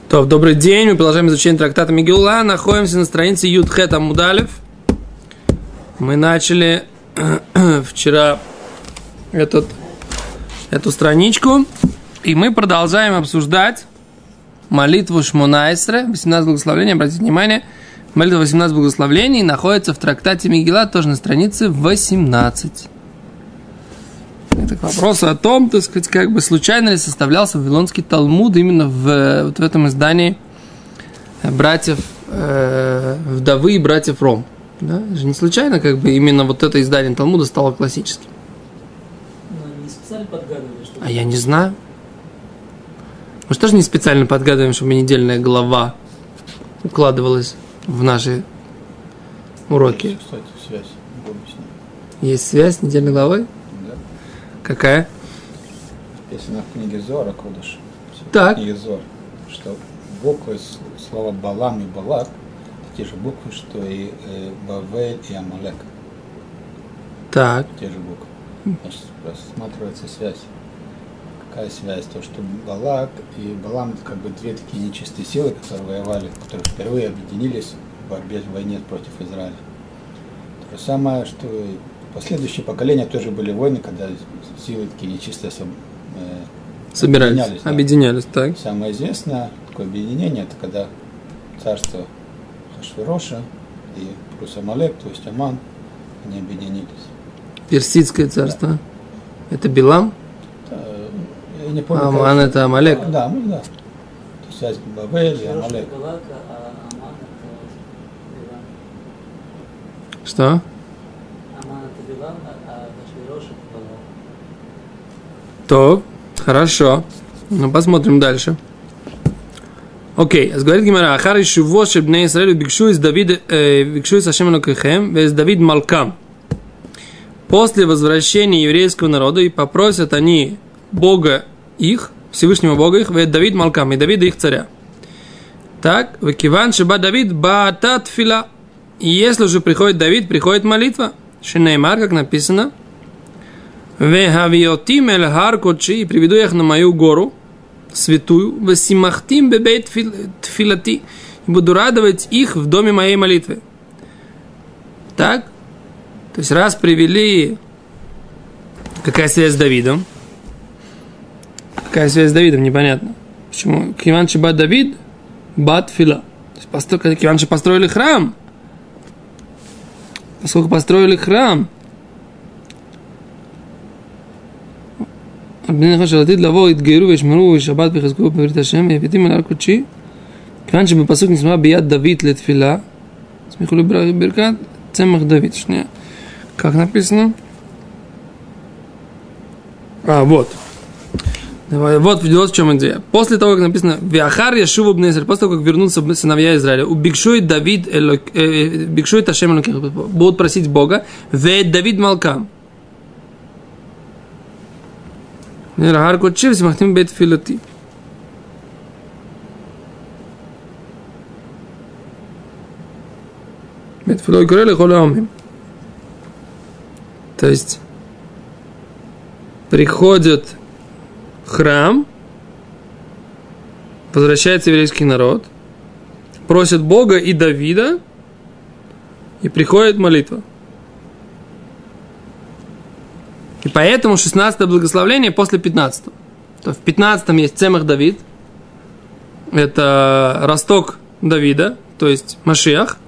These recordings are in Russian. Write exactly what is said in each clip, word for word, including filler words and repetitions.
То, добрый день, мы продолжаем изучение трактата Мегилла, находимся на странице Юд-Хет Амуд Алеф. Мы начали вчера этот, эту страничку, и мы продолжаем обсуждать молитву Шмона Эсре, восемнадцать благословений. Обратите внимание, молитва восемнадцать благословений находится в трактате Мегилла, тоже на странице восемнадцать. Это к вопросу о том, так сказать, как бы случайно ли составлялся Вавилонский Талмуд именно в, вот в этом издании братьев э, Вдовы и братьев Ром. Да? Это же не случайно, как бы именно вот это издание Талмуда стало классическим. Но они не специально подгадывали, что... А я не знаю. Мы же тоже не специально подгадываем, чтобы недельная глава укладывалась в наши уроки. Кстати, связь. Есть связь с недельной главой? Какая? Написано в книге Зора, Кодыш. Так. В книге Зор, что буквы слова Балам и Балак такие же буквы, что и э, Бавель и Амалек. Так. Те же буквы. Значит, рассматривается связь. Какая связь? То, что Балак и Балам это как бы две такие нечистые силы, которые воевали, которые впервые объединились в борьбе, в войне против Израиля. То же самое, что и последующие поколения тоже были войны, когда силы такие нечистые э, собирались, объединялись. Да. объединялись, так. Самое известное такое объединение, это когда царство Хашвироша и плюс Амалек, то есть Аман, они объединились. Персидское царство. Да. Это Билам? Это, я не помню, Аман как... это Амалек? Да, ну да. То есть связь Бавель и Амалек. Что? То, хорошо. Ну, посмотрим дальше. Окей, okay. Говорит Гемара, Ахар Ишуво Шебней Исраэлю бикшу из Давида, бикшу из Ашем Элокехем, вез Давид Малкам. После возвращения еврейского народа и попросят они Бога их, Всевышнего Бога их, вез Давид Малкам, и Давида их царя. Так, векиван шеба Давид баатат фила. И если же приходит Давид, приходит молитва. Шинеймар, как написано, Вехавиотим эль хар кодши, и приведу их на мою гору святую, весимахтим бебейт тфилати, и буду радовать их в доме моей молитвы. Так? То есть раз привели... Какая связь с Давидом? Какая связь с Давидом? Непонятно. Почему? Киванши бат Давид, бат фила. То есть постро... Киванши построили храм. Поскольку построили храм, בני חשב עתיד לבוא, יתגיירו וישמרו ושבת ויחזקו בברית השם ויפיתים על הר קודשי כיוון שבפסוק נשמע ביד דוד לתפילה סמיכו לברכת צמח דוד. שנייה, как написано? А, вот. Давай, вот, вот в чем идея. После того, как написано «Виахар яшуву бней Исраэль», после того, как вернутся сыновья Израиля, «Убикшует Давид, бикшует Ашем Элокех», будут просить Бога, «Веет Давид Малкам». Нирахар кодши весимахтим бейт филати. Бейт филой корели холямим. То есть приходит храм, возвращается еврейский народ, просит Бога и Давида, и приходит молитва. И поэтому шестнадцатое благословение после пятнадцатого. То в пятнадцатом есть Цемах Давид, это росток Давида, то есть Машиах.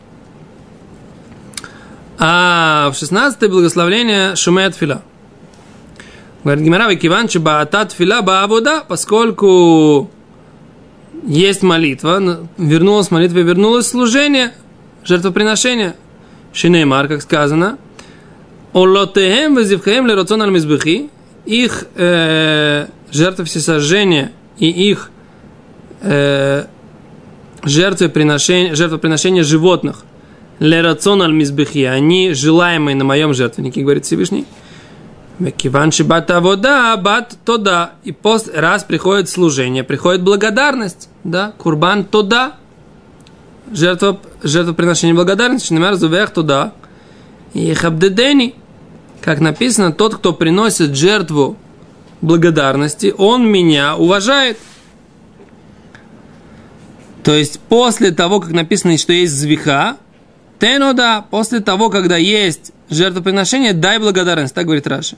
А в шестнадцатое благословение Шумея Тфила. Говорит Гемара, киван баата тфила баавода, поскольку есть молитва, вернулась молитва, вернулось служение, жертвоприношение. Шинеймар, как сказано, Олотехем везивхем лероцон аль мизбехи, их э, жертвы всесожжения и их э, жертвоприношения, жертвоприношения животных лероцон аль мизбехи, они желаемые на моем жертвеннике, говорит Всевышний. Киванши бата вода, бат тода. И после, раз приходит служение, приходит благодарность, да, курбан тода, жертва, жертвоприношение благодарности, например, зувех тода, и хабдедени, как написано, тот, кто приносит жертву благодарности, он меня уважает. То есть после того, как написано, что есть звиха, тенода, после того, когда есть жертвоприношение, дай благодарность. Так говорит Раши.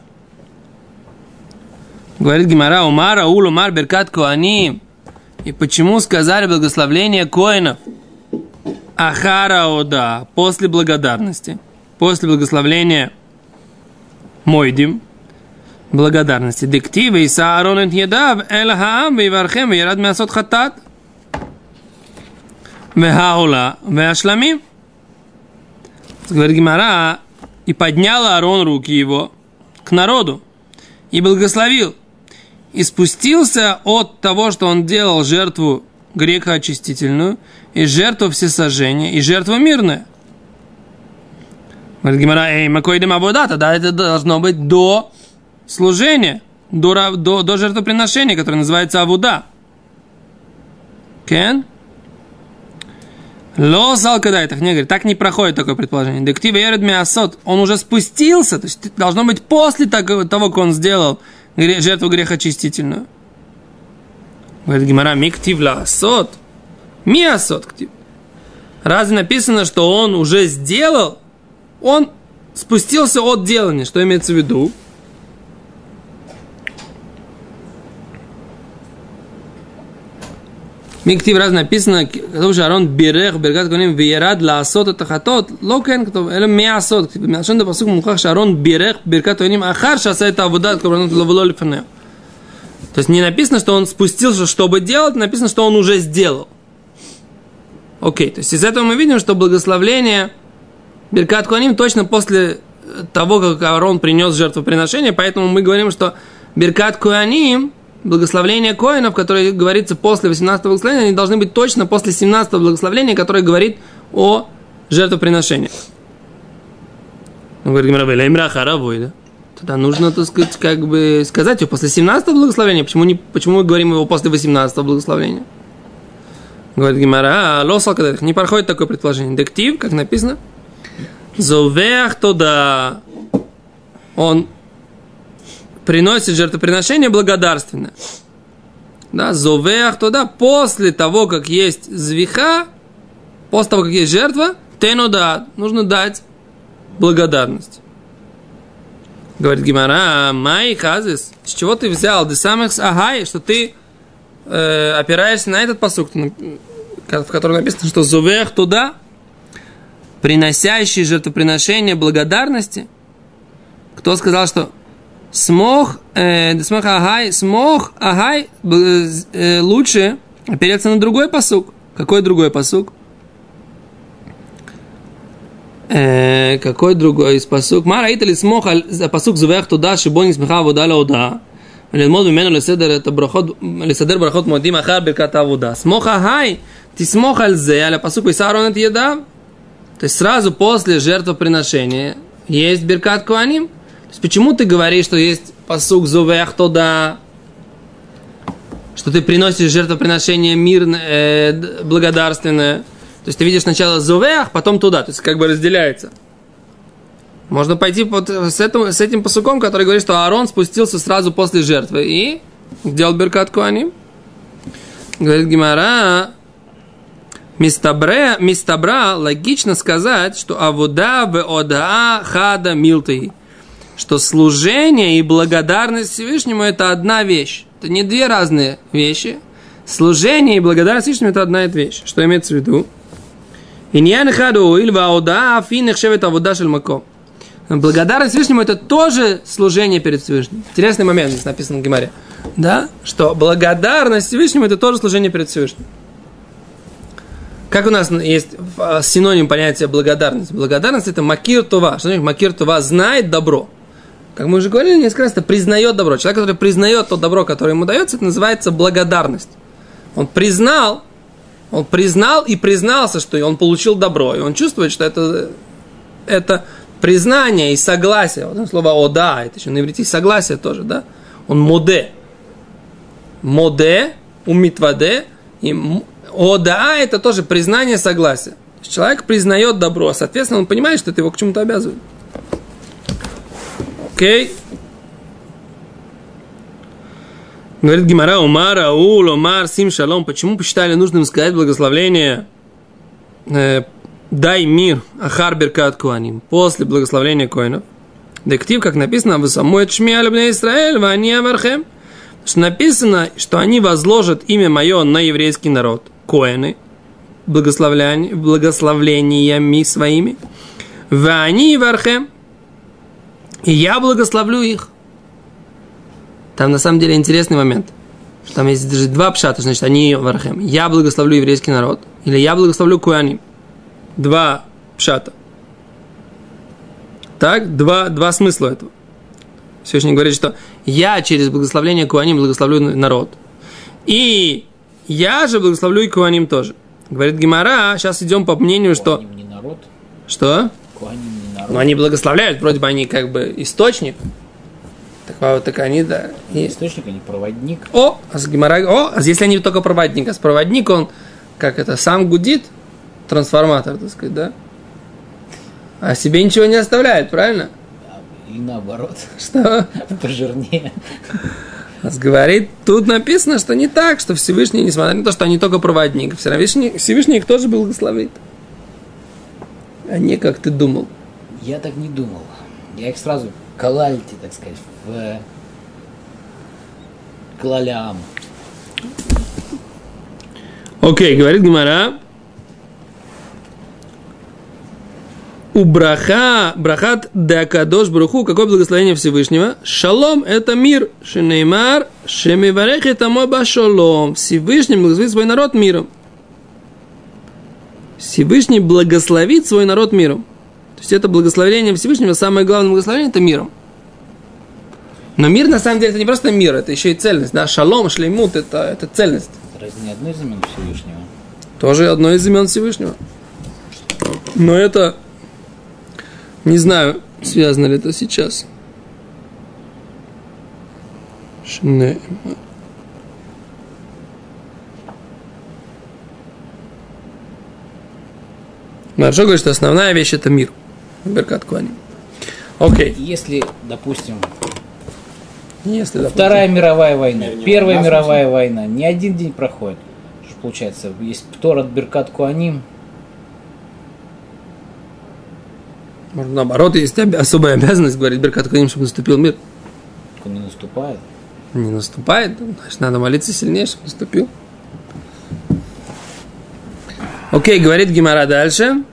Говорит Гемара, Умара, Улу, Мар, Беркат, Коаним. И почему сказали благословление коинов? Ахараода, после благодарности. После благословления Мойдим. Благодарности. Дективы и Саарон и Едав, Эла Хаам, Вивархем, Вирад Мясот Хатат. Вехаула, Веашламим. Говорит Гемара, и поднял Аарон руки его к народу и благословил. И спустился от того, что он делал жертву грехоочистительную, и жертву всесожжения, и жертву мирную. Говорит Гемара, эй, макойдем авода, тогда это должно быть до служения, до, до, до жертвоприношения, которое называется авуда. Кен? Ло салкадайтах, не говорит, так не проходит такое предположение. Дектива еред миасот, он уже спустился, то есть должно быть после того, как он сделал жертву грехоочистительную. Говорит Гемара, миктив ла асот, миасот ктив. Разве написано, что он уже сделал? Он спустился от делания, что имеется в виду? Миктив раз написано, что Шарон бирех беркат коаним виерад лаасот это хатот, локен кто, это миасот. Миашон да пасук мухах Шарон бирех беркат коаним ахар шаса это авуда корбанот ловло лифанео. То есть не написано, что он спустился, чтобы делать, написано, что он уже сделал. Окей, то есть из этого мы видим, что благословление беркат коаним точно после того, как Аарон принес жертвоприношение, поэтому мы говорим, что беркат коаним, благословление коинов, которое говорится после восемнадцатого благословения, они должны быть точно после семнадцатого благословения, которое говорит о жертвоприношении. Он говорит, Имра Харавой, да? Тогда нужно, так сказать, как бы сказать его после семнадцатого благословения. Почему, не, почему мы говорим его после восемнадцатого благословения? Говорит Гемара, а лосал когда не проходит такое предположение. Дектив, как написано, зовеах тода, он приносит жертвоприношение благодарственное. Да, зовеах туда, после того, как есть звиха, после того, как есть жертва, тенода, нужно дать благодарность. Говорит Гемара, май хазис, с чего ты взял, де самых агай, что ты э, опираешься на этот пасук, в котором написано, что зовеах туда, приносящий жертвоприношение благодарности. Кто сказал, что Смох, э, смох агай, смох агай э, лучше опереться на другой пасук. Какой другой пасук? Э, какой другой из пасук? Ма раит ли смох пасук зувех туда, шибо не смеха авода лауда. ללמוד ממנו לסדר את הברכות, לסדר ברכות מועדים אחר ברכת העבודה. סמוך агай, תסמוך על זה, על הפסוק וישא אהרון את ידיו. То есть сразу после жертвоприношения есть беркат коаним. То есть почему ты говоришь, что есть пасук зовеах тода, что ты приносишь жертвоприношение мирное, э, благодарственное? То есть ты видишь сначала зовеах, потом туда, то есть как бы разделяется. Можно пойти под, с, этим, с этим пасуком, который говорит, что Аарон спустился сразу после жертвы и делал беркат коаним. Говорит Гемара, мистабра, мистабра, логично сказать, что авуда в одаа хада милтей. Что служение и благодарность Всевышнему – это одна вещь. Это не две разные вещи. Служение и благодарность Всевышнему – это одна вещь. Что имеется в виду? Благодарность Всевышнему – это тоже служение перед Всевышним. Интересный момент здесь написан в Гемаре. Да? Что благодарность Всевышнему – это тоже служение перед Всевышним. Как у нас есть синоним понятия благодарность? Благодарность – это макир това. Что значит макир това? Знает добро. Как мы уже говорили несколько раз, это признает добро. Человек, который признает то добро, которое ему дается, это называется благодарность. Он признал, он признал и признался, что он получил добро. И он чувствует, что это, это признание и согласие. Вот слово «ода», это еще на иврите согласие тоже, да? Он моде. Моде, умитваде, и «ода» это тоже признание, согласие. Человек признает добро, соответственно, он понимает, что это его к чему-то обязывает. Окей. Говорит Гемара, Умар, Аул, Умар, Сим, Шалом. Почему посчитали нужным сказать благословление э, «Дай мир, Ахар Беркат Куаним» после благословения коинов? Дектив, как написано, «Вы самой Шми аль-Бней Исраэль, ва ани авархем». Что написано, что они возложат имя мое на еврейский народ, коины, благословлениями своими, ва ани авархем, и я благословлю их. Там на самом деле интересный момент. Там есть даже два пшата, значит, они вархем. Я благословлю еврейский народ. Или я благословлю куаним. Два пшата. Так, два, два смысла этого. Всевышний говорит, что я через благословление куаним благословлю народ. И я же благословлю и куаним тоже. Говорит Гемара, сейчас идем по мнению, что... Куаним не народ. Что? Куаним не народ. Ну, они благословляют, вроде бы они как бы источник. Так, а вот так они, да. Не источник, они проводник. О, а с Гемара, о, а если они только проводник, а с проводник он, как это, сам гудит, трансформатор, так сказать, да? А себе ничего не оставляет, правильно? И наоборот. Что? Пожирнее. Говорит, тут написано, что не так, что Всевышний, несмотря на то, что они только проводник, все равно Всевышний, Всевышний их тоже благословит. А не как ты думал. Я так не думал. Я их сразу калальти, так сказать, в клалям. Окей, говорит Гемара. У браха, брахат дакадош бруху, какое благословение Всевышнего? Шалом – это мир. Шенеймар, шемиварех это мой башалом. Всевышний благословит свой народ миром. Всевышний благословит свой народ миром. То есть это благословение Всевышнего, самое главное благословение – это миром. Но мир, на самом деле, это не просто мир, это еще и цельность. Да? Шалом, шлеймут – это, это цельность. Разве не одно из имен Всевышнего? Тоже одно из имен Всевышнего. Но это... Не знаю, связано ли это сейчас. Шнеймар. Маршо говорит, что основная вещь – это мир. Беркат Куаним. Окей. Если, допустим, Если, допустим, Вторая мировая война, Мир не Первая война, мировая война, не один день проходит. Что получается, есть Птор от Беркат Куаним. может, наоборот, есть особая обязанность говорить Беркат Куаним, чтобы наступил мир. Он не наступает. Не наступает, значит, надо молиться сильнее, чтобы наступил. Окей, говорит Гемара дальше.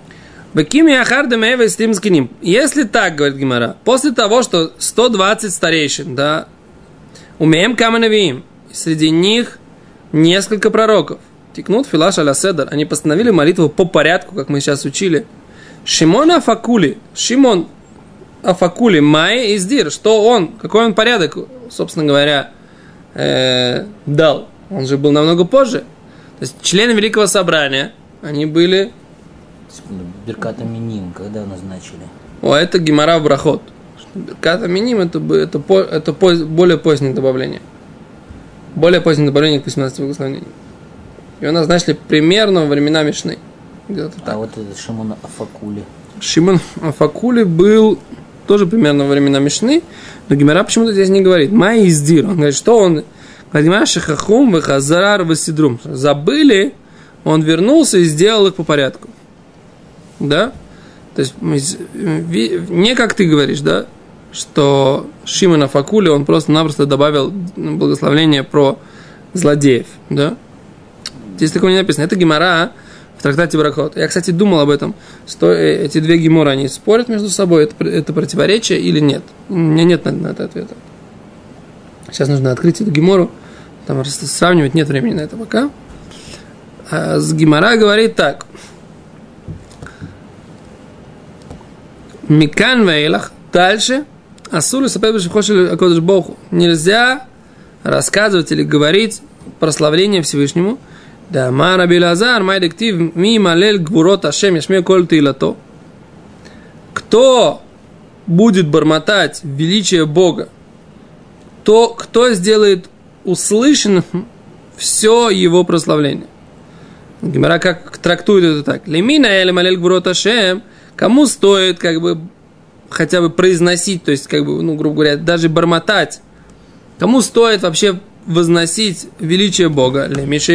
Если так, говорит Гемара, после того, что сто двадцать старейшин, да, умеем каменавиим, среди них несколько пророков, тикнут филаш аля седер, они постановили молитву по порядку, как мы сейчас учили. Шимон Афакули, Шимон Афакули, Май Издир, что он, какой он порядок, собственно говоря, э, дал. Он же был намного позже. То есть члены Великого Собрания, они были... Беркат Аминим, когда назначили? О, это Гемара в Брахот. Беркат Аминим это, это, это более позднее добавление. Более позднее добавление к восемнадцати благословениям. Его назначили примерно во времена Мишны. Где-то так. А вот этот Шимон Афакули. Шимон Афакули был тоже примерно во времена Мишны, но Гемара почему-то здесь не говорит. Май Издир. Он говорит, что он... Шахахум вехазарар весидрум. Забыли, он вернулся и сделал их по порядку. Да? То есть, не как ты говоришь, да, что Шимон Афакули, он просто-напросто добавил благословление про злодеев, да? Здесь такого не написано. Это Гемара в трактате Брахот. Я, кстати, думал об этом, что эти две геморы, они спорят между собой, это, это противоречие или нет. У меня нет на, на это ответа. Сейчас нужно открыть эту гемору, там сравнивать нет времени на это пока. А с Гемара говорит так. Микан вейлах. Дальше. Асулю сапэбэ шихоши акодыш боху. Нельзя рассказывать или говорить прославление Всевышнему. Да мара билазар майдектив ми малель гвурот ашем яшме коль тилато. Кто будет бормотать величие Бога, то кто сделает услышанным все его прославление. Гемара как трактует это так. Лемина эле малель гвурот ашем. Кому стоит как бы хотя бы произносить, то есть как бы, ну, грубо говоря, даже бормотать. Кому стоит вообще возносить величие Бога,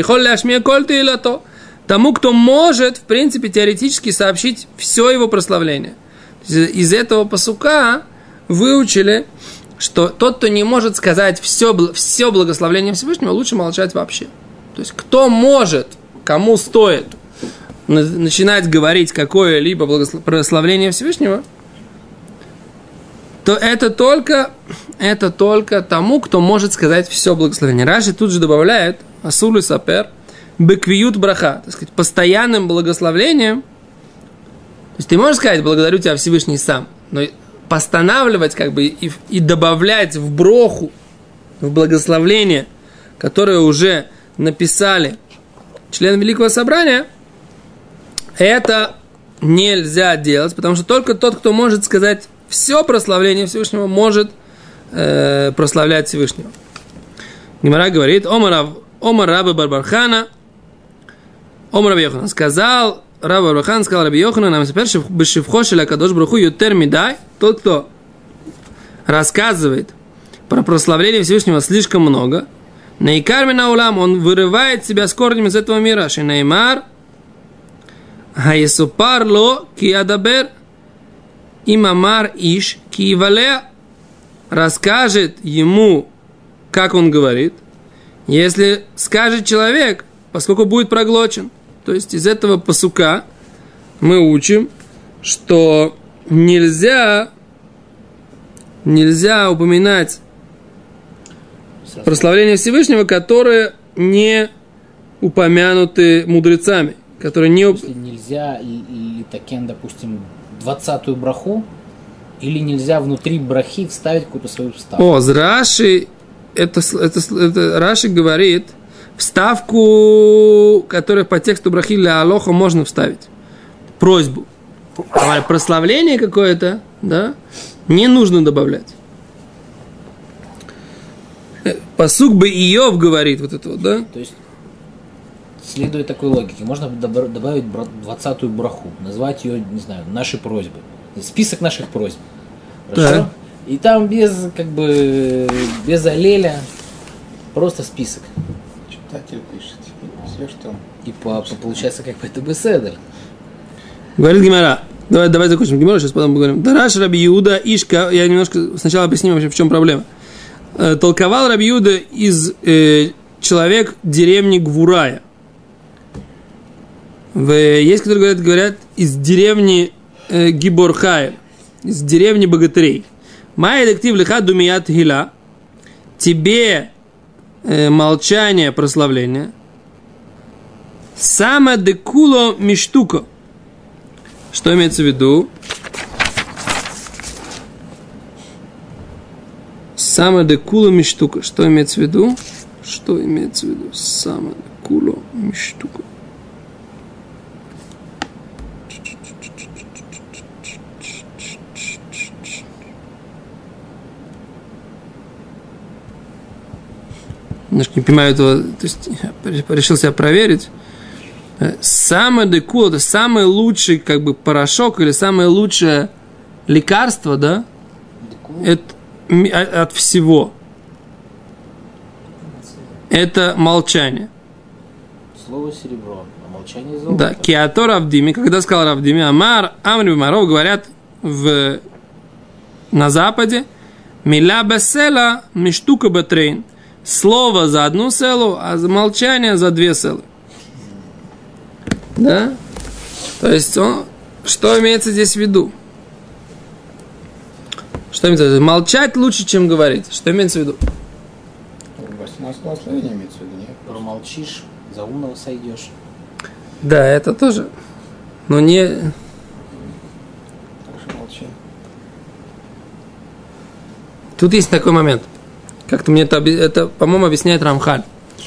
тому, кто может, в принципе, теоретически сообщить все его прославление. Из этого пасука выучили, что тот, кто не может сказать все, все благословление Всевышнего, лучше молчать вообще. То есть, кто может, кому стоит начинать говорить какое-либо благословение Всевышнего, то это только, это только тому, кто может сказать все благословение. Раши тут же добавляет асулы сапер беквиют браха, так сказать, постоянным благословлением. То есть ты можешь сказать благодарю тебя Всевышний сам, но постанавливать как бы и, и добавлять в броху, в благословление, которое уже написали члены Великого Собрания, это нельзя делать, потому что только тот, кто может сказать все прославление Всевышнего, может э, прославлять Всевышнего. Гемара говорит, Омар, Омар Раби Барбархана, Омар Раби Йоханан сказал, Раби Барбархан сказал Раби Йоханан, нам теперь бешивхо шеля кадош бруху ютер мидай, тот, кто рассказывает про прославление Всевышнего слишком много, наикар мина улам, он вырывает себя с корнем из этого мира, шинаймар, хаесупар ло ки адабер, имамар иш ки валеа, расскажет ему, как он говорит, если скажет человек, поскольку будет проглочен. То есть из этого пасука мы учим, что нельзя, нельзя упоминать прославление Всевышнего, которые не упомянуты мудрецами, которые не... Если нельзя литакен, допустим, двадцатую браху, или нельзя внутри брахи вставить какую-то свою вставку? О, Раши, это, это, это Раши говорит, вставку, которая по тексту брахи ля алоха можно вставить. Просьбу. А прославление какое-то, да, не нужно добавлять. Пасук бы Иов говорит вот это вот, да? То есть, следуя такой логике, можно добавить двадцатую браху, назвать ее, не знаю, наши просьбы. Список наших просьб. Хорошо? Да. И там без, как бы, без аллеля, просто список. Читатель пишет. Все, что... И по, по, получается, как бы это беседер. Говорит Гемара. Давай, давай закончим Гемару, сейчас потом поговорим. Дараш Раби Иуда Ишка. Я немножко сначала объясню вообще, в чем проблема. Э, толковал Раби Иуда из э, человек деревни Гвурая. В, есть, которые говорят, говорят из деревни э, Гиборхая, из деревни богатырей. Май электив лиха думият хила. Тебе э, молчание, прославление. Сама декуло миштуко. Что имеется в виду? Сама декуло миштука. Что имеется в виду? Что имеется в виду? Сама декуло миштука. Немножко не понимаю этого, то есть я решил себя проверить. Самое декул, это самый лучший как бы порошок или самое лучшее лекарство, да? Это, от всего. Это молчание. Слово серебро, а молчание золото. Да, киато Равдими, когда сказал Равдими, Амар, Амри Бимаров говорят в, на Западе, мила бесела миштука бетрейн. Слово за одну селу, а за молчание за две селы. Да? То есть, он, что имеется здесь в виду? Что имеется в виду? Молчать лучше, чем говорить. Что имеется в виду? Благословение имеется в виду, нет? Промолчишь, за умного сойдешь. Да, это тоже. Но не... Хорошо, молчи. Тут есть такой момент. Как-то мне это, это, по-моему, объясняет Рамхаль.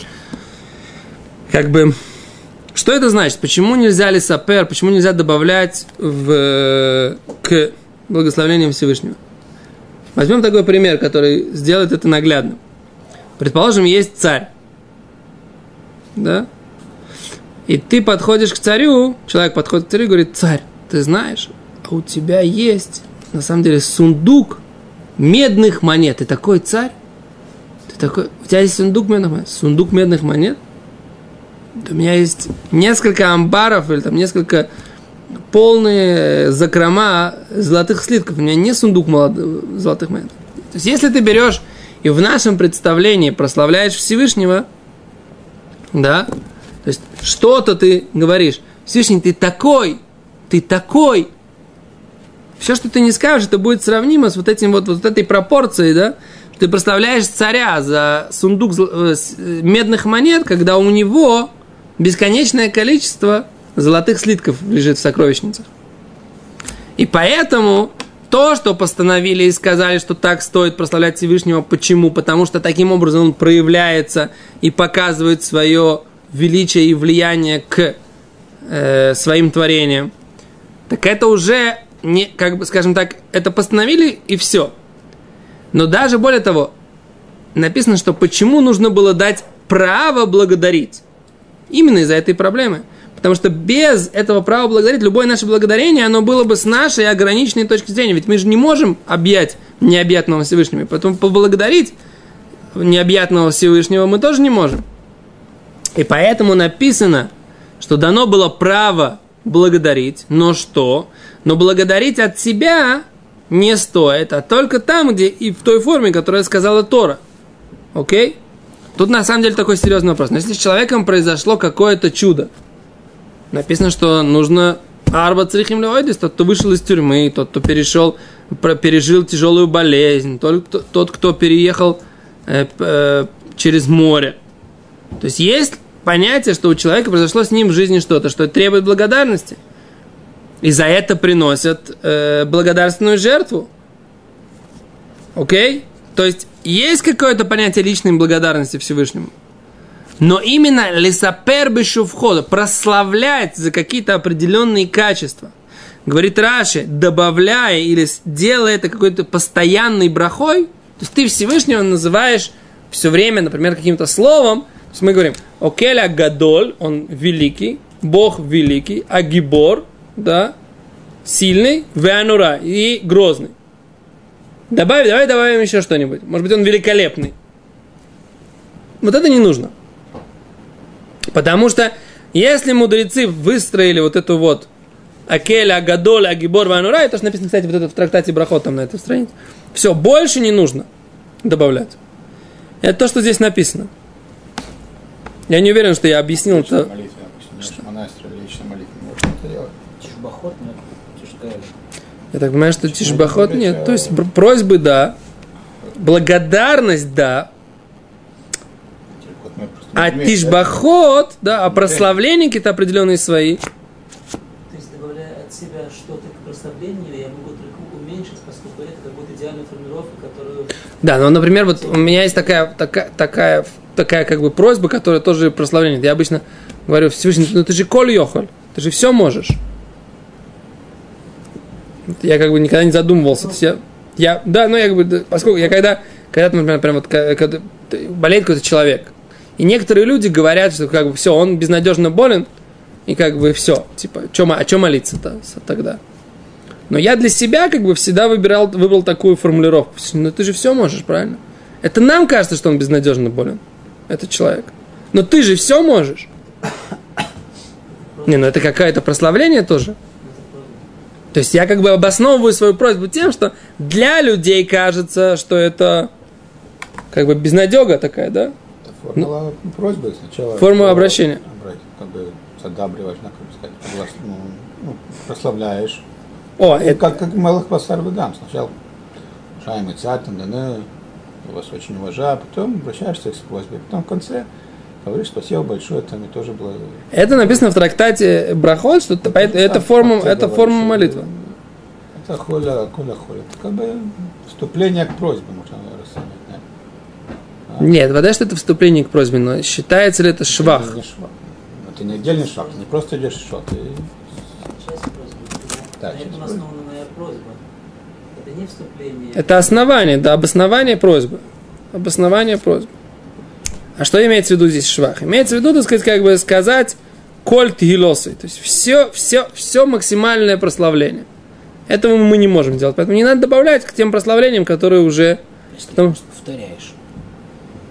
Как бы, что это значит? Почему нельзя лисапер, почему нельзя добавлять в, к благословению Всевышнего? Возьмем такой пример, который сделает это наглядным. Предположим, есть царь. Да? И ты подходишь к царю, человек подходит к царю и говорит: царь, ты знаешь, а у тебя есть, на самом деле, сундук медных монет. Ты такой царь? Ты такой, у тебя есть сундук медных монет? Сундук медных монет? У меня есть несколько амбаров или там несколько полные закрома золотых слитков. У меня не сундук молодых, золотых монет. То есть, если ты берешь и в нашем представлении прославляешь Всевышнего, да, то есть, что-то ты говоришь, Всевышний, ты такой, ты такой. Все, что ты не скажешь, это будет сравнимо с вот этим вот, вот этой пропорцией, да. Ты прославляешь царя за сундук медных монет, когда у него бесконечное количество золотых слитков лежит в сокровищницах. И поэтому то, что постановили и сказали, что так стоит прославлять Всевышнего, почему? Потому что таким образом он проявляется и показывает свое величие и влияние к э, своим творениям. Так это уже, не, как бы, скажем так, это постановили и все. Но даже более того, написано, что почему нужно было дать право благодарить. Именно из-за этой проблемы. Потому что без этого права благодарить, любое наше благодарение, оно было бы с нашей ограниченной точки зрения. Ведь мы же не можем объять необъятного Всевышнего. Поэтому поблагодарить необъятного Всевышнего мы тоже не можем. И поэтому написано, что дано было право благодарить. Но что? Но благодарить от себя не стоит, а только там, где и в той форме, которая сказала Тора. Окей? Тут на самом деле такой серьезный вопрос. Но если с человеком произошло какое-то чудо, написано, что нужно арба црихим леойдис, тот, кто вышел из тюрьмы, тот, кто перешел, пережил тяжелую болезнь, тот, кто, тот, кто переехал э, э, через море. То есть есть понятие, что у человека произошло с ним в жизни что-то, что требует благодарности. И за это приносят э, благодарственную жертву. Окей? То есть есть какое-то понятие личной благодарности Всевышнему. Но именно лесапер бешувхода, прославлять за какие-то определенные качества. Говорит Раши, добавляя или делая это какой-то постоянной брахой, то есть ты Всевышнего называешь все время, например, каким-то словом. То есть мы говорим, океля гадоль, он великий, Бог великий, а гибор, да, сильный, веанура и грозный. Добавь, давай добавим еще что-нибудь. Может быть, он великолепный. Вот это не нужно. Потому что если мудрецы выстроили вот эту вот Акеля, Агадоль, Агибор, Ванура, это же написано, кстати, вот это в трактате Брахот, там на этой странице. Все, больше не нужно добавлять. Это то, что здесь написано. Я не уверен, что я объяснил это. Тишбахот, нет, Тишкаэль. Я так понимаю, что Тишбахот нет. То есть просьбы, да. Благодарность, да. А Тишбахот, да, а прославления какие-то определенные свои. То есть, добавляя от себя что-то к прославлению, я могу только уменьшить, поскольку это как будто идеальная формулировка, которую... Да, ну, например, вот у меня есть такая, такая, такая, такая как бы просьба, которая тоже прославление. Я обычно говорю, Всевышний, ну ты же коль йохоль, ты же все можешь. Я как бы никогда не задумывался. Я, я, да, ну я как бы, поскольку я когда, когда, например, прям вот, когда болеет какой-то человек, и некоторые люди говорят, что как бы все, он безнадежно болен, и как бы все, типа, чё, о чем молиться-то тогда? Но я для себя как бы всегда выбирал, выбрал такую формулировку. Ну ты же все можешь, правильно? Это нам кажется, что он безнадежно болен, этот человек. Но ты же все можешь. Не, ну это какое-то прославление тоже. То есть я как бы обосновываю свою просьбу тем, что для людей кажется, что это как бы безнадега такая, да? Это формула ну, просьбы сначала. Формула обращения. Как бы задабриваешь, как сказать, ну, ну, прославляешь. О, ну, это... Как, как малых пасар выдам. Сначала шайм и царь, там, да, да, я вас очень уважаю, потом обращаешься с просьбой, потом в конце говоришь спасибо большое, там и тоже было. Это написано в трактате Брахот, что это, это, это форма, это форма молитвы. Это холя, коля холя. Это как бы вступление к просьбе, можно рассмотреть. Нет, а? Нет, вода, что это вступление к просьбе, но считается ли это швах? Это не, швах. Это не отдельный шаг, не просто идешь в шаг. Ты... Часть просьбы. Да, на этом основана моя просьба. Это не вступление. Это основание, да, обоснование просьбы. Обоснование просьбы. А что имеется в виду здесь швах? Имеется в виду, так сказать, как бы сказать коль тгилосы. То есть все, все, все максимальное прославление. Этого мы не можем делать. Поэтому не надо добавлять к тем прославлениям, которые уже... Если Потом... повторяешь.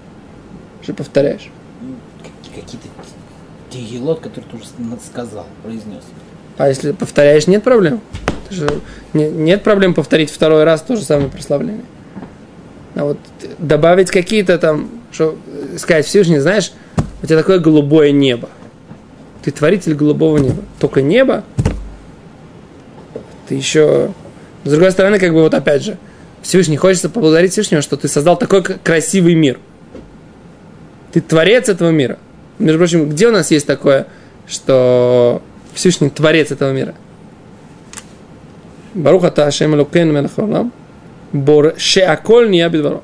Что повторяешь? Какие-то тегелот, который ты уже сказал, произнес. А если повторяешь, нет проблем. Это же не, нет проблем повторить второй раз то же самое прославление. А вот добавить какие-то там, что сказать Всевышний, знаешь, у тебя такое голубое небо. Ты творитель голубого неба. Только небо. Ты еще... С другой стороны, как бы вот опять же, Всевышний, хочется поблагодарить Всевышнего, что ты создал такой красивый мир. Ты творец этого мира. Между прочим, где у нас есть такое, что Всевышний творец этого мира? Барух ата Ашем Элокейну мелech хаолам, бор шеаколь ния бедваро.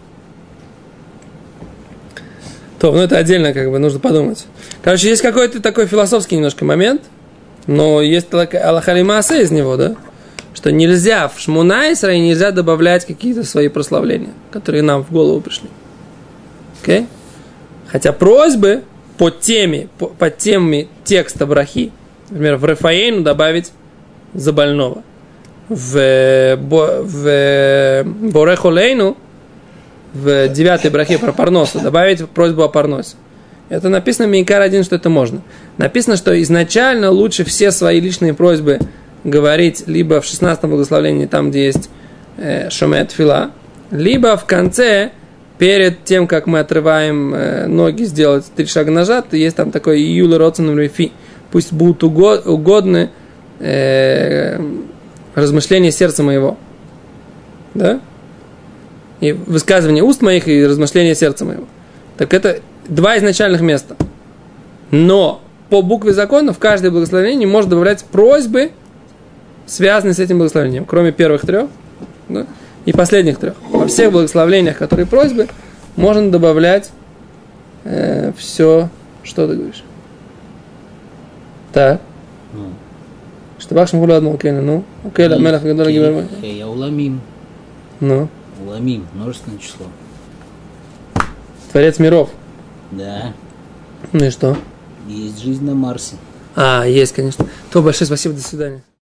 То, ну это отдельно, как бы, нужно подумать. Короче, есть какой-то такой философский немножко момент, но есть алаха лимаасе из него, да? Что нельзя в Шмона Исрей нельзя добавлять какие-то свои прославления, которые нам в голову пришли. Окей? Okay? Хотя просьбы по теме, по, по теме текста брахи, например, в Рефаэйну добавить за больного, в, в Борехолейну, в девятой брахе про парносу добавить просьбу о парносе. Это написано в Мейкар один, что это можно. Написано, что изначально лучше все свои личные просьбы говорить либо в шестнадцатом благословении, там, где есть э, шомет фила, либо в конце, перед тем, как мы отрываем э, ноги, сделать три шага назад, есть там такой июль роцен рефи. Пусть будут угод, угодны э, размышления сердца моего. Да? И высказывание уст моих и размышления сердца моего. Так это два изначальных места. Но по букве закона в каждое благословение можно добавлять просьбы, связанные с этим благословением, кроме первых трех, да, и последних трех. Во всех благословениях, которые просьбы, можно добавлять э, все, что ты говоришь. Так. Что бахшем хула одну, окей, ну, окей, да, мелах гадола гибермой. Я уламим. Ну. Уламим, множественное число. Творец миров. Да. Ну и что? Есть жизнь на Марсе. А, есть, конечно. То большое спасибо, до свидания.